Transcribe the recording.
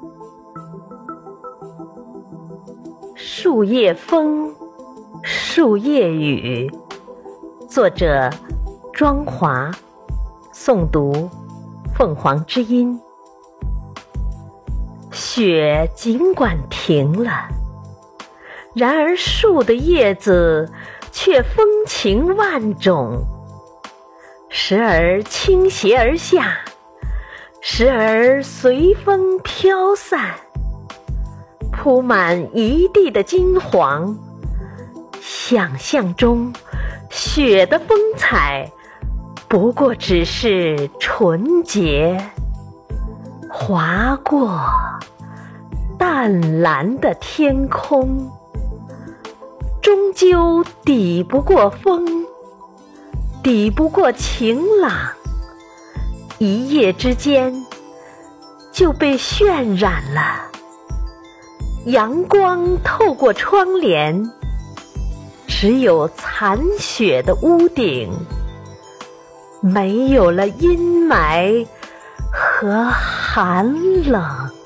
树叶风，树叶雨。作者：庄华，诵读：凤凰之音。雪尽管停了，然而树的叶子却风情万种，时而倾斜而下，时而随风飘散，铺满一地的金黄。想象中雪的风采不过只是纯洁，划过淡蓝的天空，终究抵不过风，抵不过晴朗，一夜之间就被渲染了。阳光透过窗帘，只有残雪的屋顶，没有了阴霾和寒冷。